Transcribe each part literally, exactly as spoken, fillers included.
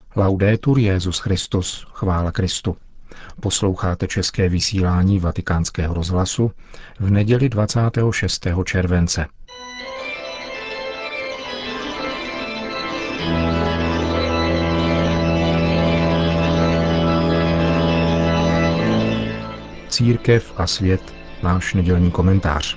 Laudetur Jesus Christus, chvála Kristu. Posloucháte české vysílání Vatikánského rozhlasu v neděli dvacátého šestého července. Církev a svět, náš nedělní komentář.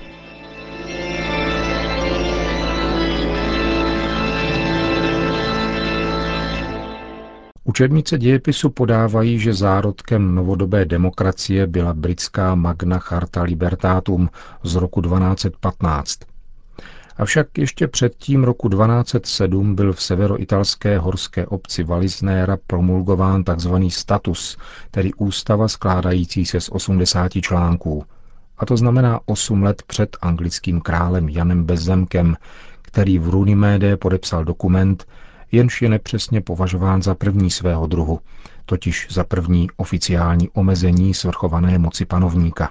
Učebnice dějepisu podávají, že zárodkem novodobé demokracie byla britská Magna Charta Libertatum z roku dvanáct patnáct. Avšak ještě předtím roku dvanáct set sedm byl v severoitalské horské obci Vallisnera promulgován tzv. Status, tedy ústava skládající se z osmdesáti článků. A to znamená osm let před anglickým králem Janem Bezzemkem, který v Runnymede podepsal dokument, jenž je nepřesně považován za první svého druhu, totiž za první oficiální omezení svrchované moci panovníka.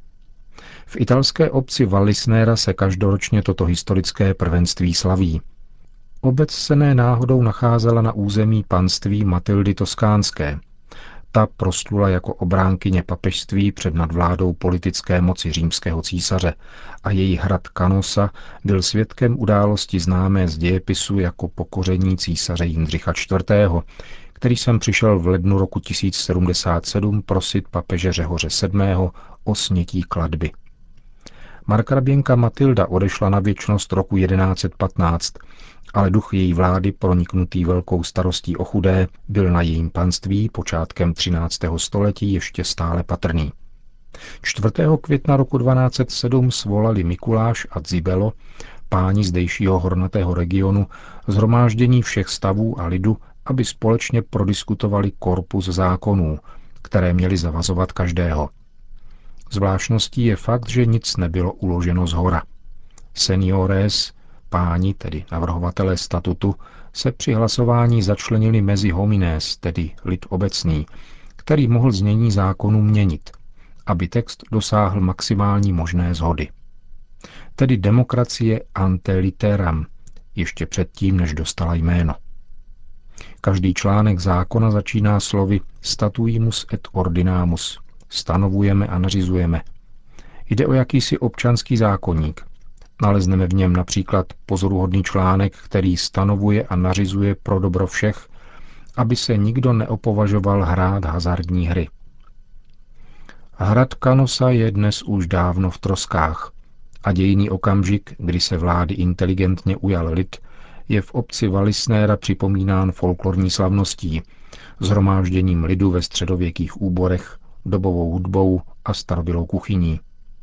V italské obci Vallisnera se každoročně toto historické prvenství slaví. Obec se ne náhodou nacházela na území panství Matyldy Toskánské. Ta proslula jako obránkyně papežství před nadvládou politické moci římského císaře a její hrad Canosa byl svědkem události známé z dějepisu jako pokoření císaře Jindřicha čtvrtého., který sem přišel v lednu roku tisíc sedmdesát sedm prosit papeže Řehoře sedmého. o snětí klatby. Markraběnka Matylda odešla na věčnost roku jedenáct set patnáct, ale duch její vlády, proniknutý velkou starostí o chudé, byl na jejím panství počátkem třináctého století ještě stále patrný. čtvrtého května roku dvanáct set sedm svolali Mikuláš a Zibelo, páni zdejšího hornatého regionu, shromáždění všech stavů a lidu, aby společně prodiskutovali korpus zákonů, které měly zavazovat každého. Zvláštností je fakt, že nic nebylo uloženo zhora. Seniores, páni, tedy navrhovatelé statutu, se při hlasování začlenili mezi homines, tedy lid obecný, který mohl znění zákonů měnit, aby text dosáhl maximální možné shody. Tedy demokracie ante litteram, ještě předtím, než dostala jméno. Každý článek zákona začíná slovy statuimus et ordinamus, stanovujeme a nařizujeme. Jde o jakýsi občanský zákoník. Nalezneme v něm například pozoruhodný článek, který stanovuje a nařizuje pro dobro všech, aby se nikdo neopovažoval hrát hazardní hry. Hrad Canosa je dnes už dávno v troskách a dějinný okamžik, kdy se vlády inteligentně ujal lid, je v obci Vallisnera připomínán folklorní slavností, shromážděním lidu ve středověkých úborech, dobovou hudbou a starobylou kuchyní.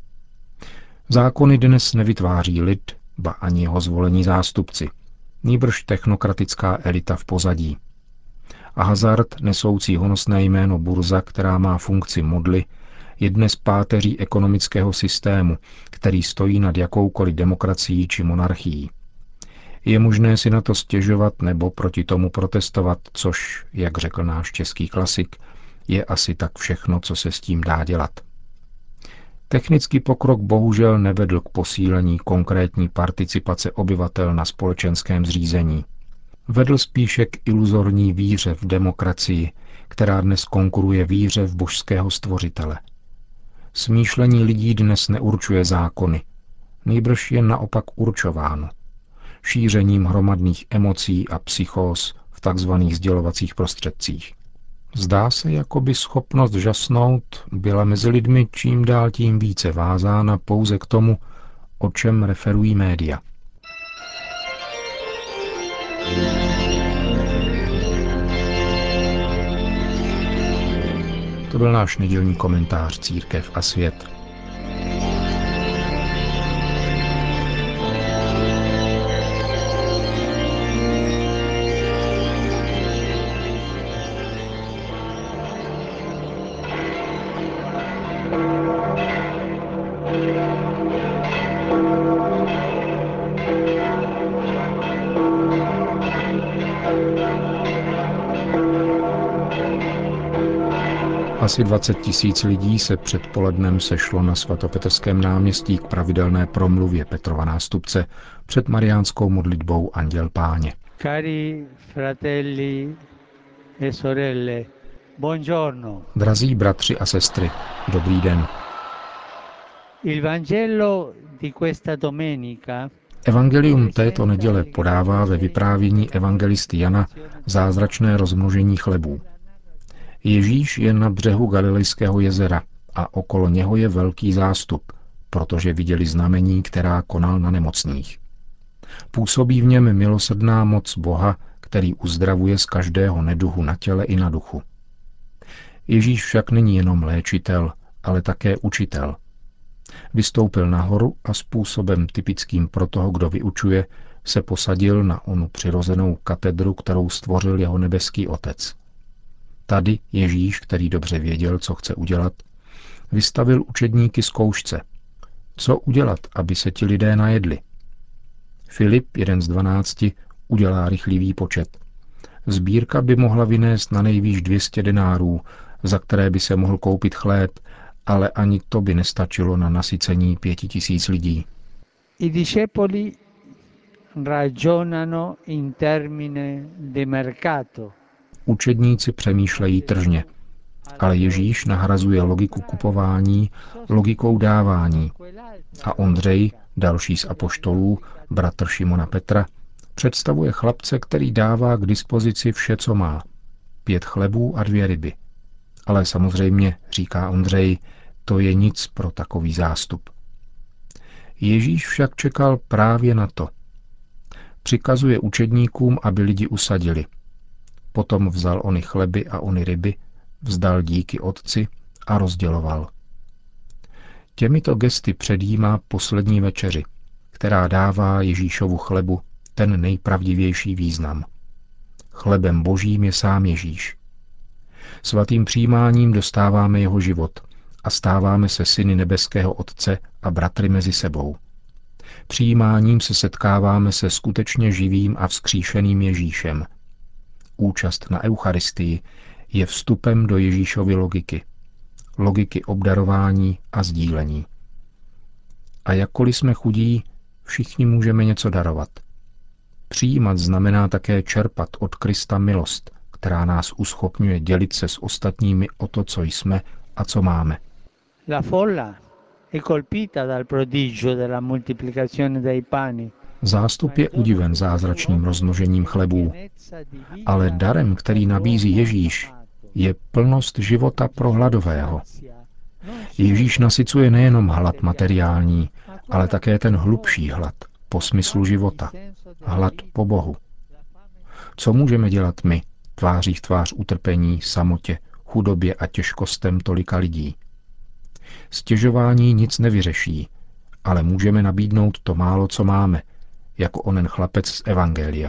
Zákony dnes nevytváří lid, ba ani jeho zvolení zástupci, nýbrž technokratická elita v pozadí. A hazard, nesoucí honosné jméno burza, která má funkci modly, je dnes páteří ekonomického systému, který stojí nad jakoukoliv demokracií či monarchií. Je možné si na to stěžovat nebo proti tomu protestovat, což, jak řekl náš český klasik, je asi tak všechno, co se s tím dá dělat. Technický pokrok bohužel nevedl k posílení konkrétní participace obyvatel na společenském zřízení. Vedl spíše k iluzorní víře v demokracii, která dnes konkuruje víře v božského stvořitele. Smýšlení lidí dnes neurčuje zákony, nýbrž je naopak určováno šířením hromadných emocí a psychóz v takzvaných sdělovacích prostředcích. Zdá se, jako by schopnost žasnout byla mezi lidmi čím dál tím více vázána pouze k tomu, o čem referují média. To byl náš nedělní komentář Církev a svět. Asi dvacet tisíc lidí se předpolednem sešlo na svatopetrském náměstí k pravidelné promluvě Petrova nástupce před mariánskou modlitbou Anděl Páně. Cari fratelli e sorelle, buongiorno. Drazí bratři a sestry, dobrý den. Il Vangelo di questa domenica Evangelium této neděle podává ve vyprávění evangelisty Jana zázračné rozmnožení chlebů. Ježíš je na břehu Galilejského jezera a okolo něho je velký zástup, protože viděli znamení, která konal na nemocných. Působí v něm milosrdná moc Boha, který uzdravuje z každého neduhu na těle i na duchu. Ježíš však není jenom léčitel, ale také učitel. Vystoupil nahoru a způsobem typickým pro toho, kdo vyučuje, se posadil na onu přirozenou katedru, kterou stvořil jeho nebeský Otec. Tady Ježíš, který dobře věděl, co chce udělat, vystavil učedníky zkoušce. Co udělat, aby se ti lidé najedli? Filip, jeden z dvanácti, udělá rychlý výpočet. Sbírka by mohla vynést na nejvýš dvě stě denárů, za které by se mohl koupit chléb, ale ani to by nestačilo na nasycení pěti tisíc lidí. I discepoli ragionano in termine di mercato. Učedníci přemýšlejí tržně, ale Ježíš nahrazuje logiku kupování logikou dávání. A Ondřej, další z apoštolů, bratr Šimona Petra, představuje chlapce, který dává k dispozici vše, co má. Pět chlebů a dvě ryby. Ale samozřejmě, říká Ondřej, to je nic pro takový zástup. Ježíš však čekal právě na to. Přikazuje učedníkům, aby lidi usadili. Potom vzal ony chleby a ony ryby, vzdal díky Otci a rozděloval. Těmito gesty předjímá poslední večeři, která dává Ježíšovu chlebu ten nejpravdivější význam. Chlebem božím je sám Ježíš. Svatým přijímáním dostáváme jeho život a stáváme se syny nebeského Otce a bratry mezi sebou. Přijímáním se setkáváme se skutečně živým a vzkříšeným Ježíšem. Účast na Eucharistii je vstupem do Ježíšovy logiky. Logiky obdarování a sdílení. A jakkoliv jsme chudí, všichni můžeme něco darovat. Přijímat znamená také čerpat od Krista milost, která nás uschopňuje dělit se s ostatními o to, co jsme a co máme. La folla è colpita dal prodigio della moltiplicazione dei pani. Zástup je udiven zázračným rozmnožením chlebů, ale darem, který nabízí Ježíš, je plnost života pro hladového. Ježíš nasycuje nejenom hlad materiální, ale také ten hlubší hlad po smyslu života, hlad po Bohu. Co můžeme dělat my, tváří v tvář utrpení, samotě, chudobě a těžkostem tolika lidí? Stěžování nic nevyřeší, ale můžeme nabídnout to málo, co máme, jako onen chlapec z Evangelia.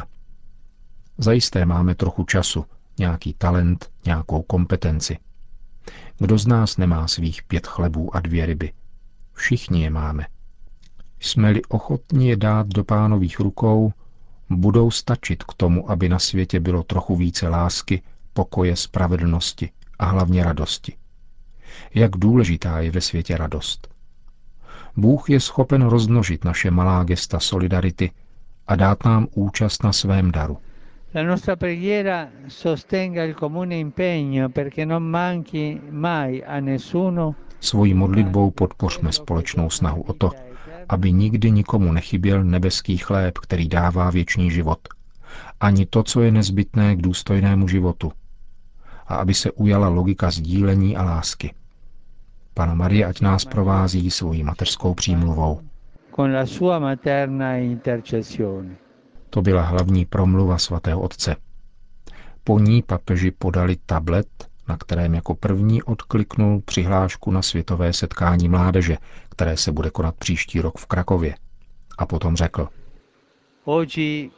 Zajisté máme trochu času, nějaký talent, nějakou kompetenci. Kdo z nás nemá svých pět chlebů a dvě ryby? Všichni je máme. Jsme-li ochotni je dát do Pánových rukou, budou stačit k tomu, aby na světě bylo trochu více lásky, pokoje, spravedlnosti a hlavně radosti. Jak důležitá je ve světě radost. Bůh je schopen rozmnožit naše malá gesta solidarity a dát nám účast na svém daru. La nostra preghiera sostenga il comune impegno perché non manchi mai a nessuno. Svojí modlitbou podpořme společnou snahu o to, aby nikdy nikomu nechyběl nebeský chléb, který dává věčný život, ani to, co je nezbytné k důstojnému životu, a aby se ujala logika sdílení a lásky. Panna Marie ať nás provází svojí mateřskou přímluvou. Con la sua materna intercessione. To byla hlavní promluva svatého otce. Po ní papeži podali tablet, na kterém jako první odkliknul přihlášku na světové setkání mládeže, které se bude konat příští rok v Krakově. A potom řekl: Oggi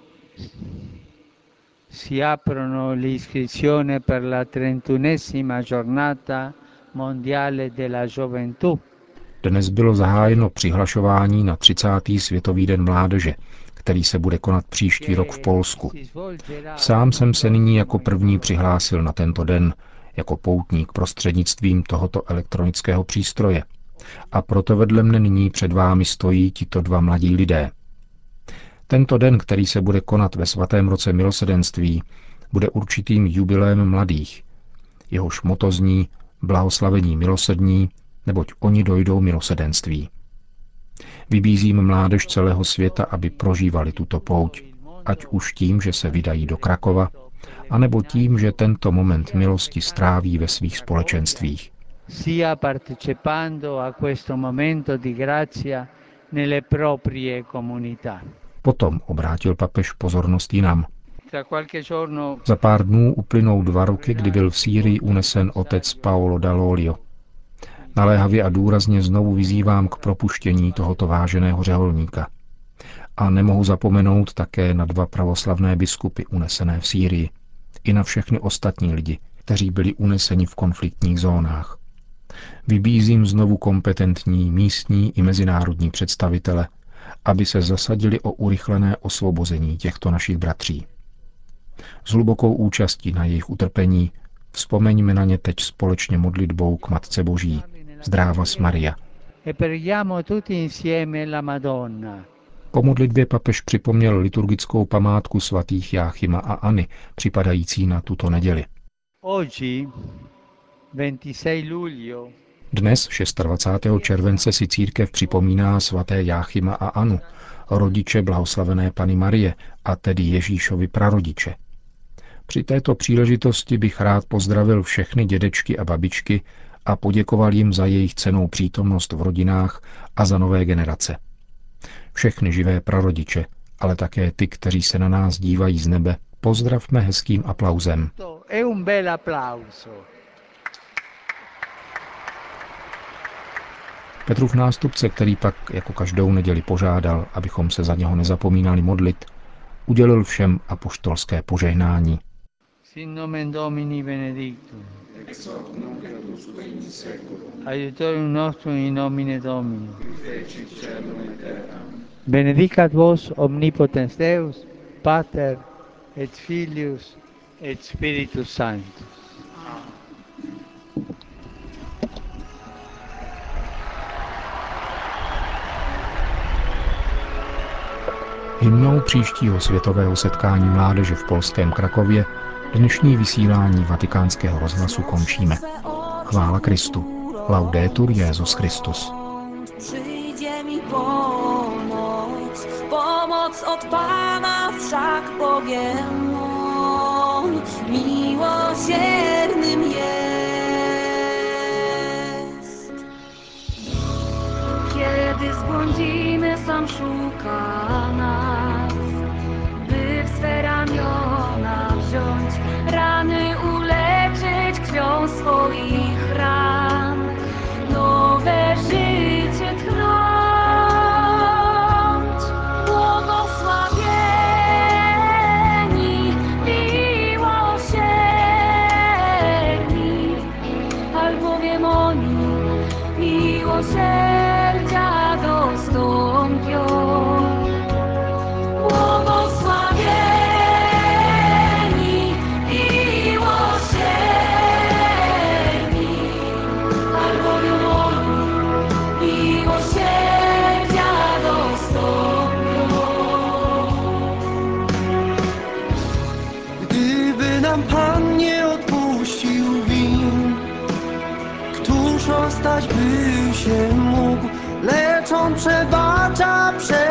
si aprono le iscrizioni per la trentunesima giornata mondiale della gioventù. Dnes bylo zahájeno přihlašování na třicátý světový den mládeže, který se bude konat příští rok v Polsku. Sám jsem se nyní jako první přihlásil na tento den, jako poutník prostřednictvím tohoto elektronického přístroje. A proto vedle mne nyní před vámi stojí tito dva mladí lidé. Tento den, který se bude konat ve svatém roce milosrdenství, bude určitým jubileem mladých. Jehož moto zní blahoslavení milosrdní, neboť oni dojdou milosedenství. Vybízím mládež celého světa, aby prožívali tuto pouť, ať už tím, že se vydají do Krakova, anebo tím, že tento moment milosti stráví ve svých společenstvích. Sia partecipando a questo momento di grazia nelle proprie comunità. Potom obrátil papež pozornost jinam. Za pár dnů uplynou dva roky, kdy byl v Sýrii unesen otec Paolo Dall'Olio. Naléhavě a důrazně znovu vyzývám k propuštění tohoto váženého řeholníka. A nemohu zapomenout také na dva pravoslavné biskupy unesené v Sýrii. I na všechny ostatní lidi, kteří byli uneseni v konfliktních zónách. Vybízím znovu kompetentní místní i mezinárodní představitele, aby se zasadili o urychlené osvobození těchto našich bratří. S hlubokou účastí na jejich utrpení vzpomeňme na ně teď společně modlitbou k Matce Boží. Zdrávas Maria. Po modlitbě papež připomněl liturgickou památku svatých Jáchyma a Anny, připadající na tuto neděli. Dnes, dvacátého šestého července, si církev připomíná svaté Jáchyma a Anu, rodiče blahoslavené Panny Marie, a tedy Ježíšovi prarodiče. Při této příležitosti bych rád pozdravil všechny dědečky a babičky a poděkoval jim za jejich cennou přítomnost v rodinách a za nové generace. Všechny živé prarodiče, ale také ty, kteří se na nás dívají z nebe, pozdravme hezkým aplauzem. Petrův nástupce, který pak jako každou neděli požádal, abychom se za něho nezapomínali modlit, udělil všem apoštolské požehnání. Sin nomen Domini benedictum. Ex hoc nunc et usque in seculum. Aiutorium nostrum in nomine Domini. Qui fecit caelum et terram. Benedicat vos omnipotens Deus, Pater et Filius et Spiritus Sanctus. Hymnou příštího světového setkání mládeže v polském Krakově dnešní vysílání Vatikánského rozhlasu končíme. Chvála Kristu. Laudetur Jesus Christus. Przyjdzie mi pomoc, pomoc od Pana wszak Bogiem On miłosiernym jest. Kiedy zbłądzimy, sam szuka nas, by w swe ramiona wziąć, rany uleczyć krwią swoich ran, nowe życie tchnąć. Błogosławieni, miłosierni, albowiem oni miłosierdzia dostąpią. Błogosławieni, miłosierni, albowiem oni miłosierdzia dostąpią. Gdyby nam Pan nie odpuścił win, któż ostać by się mógł, lecz On przebacza, przebacza.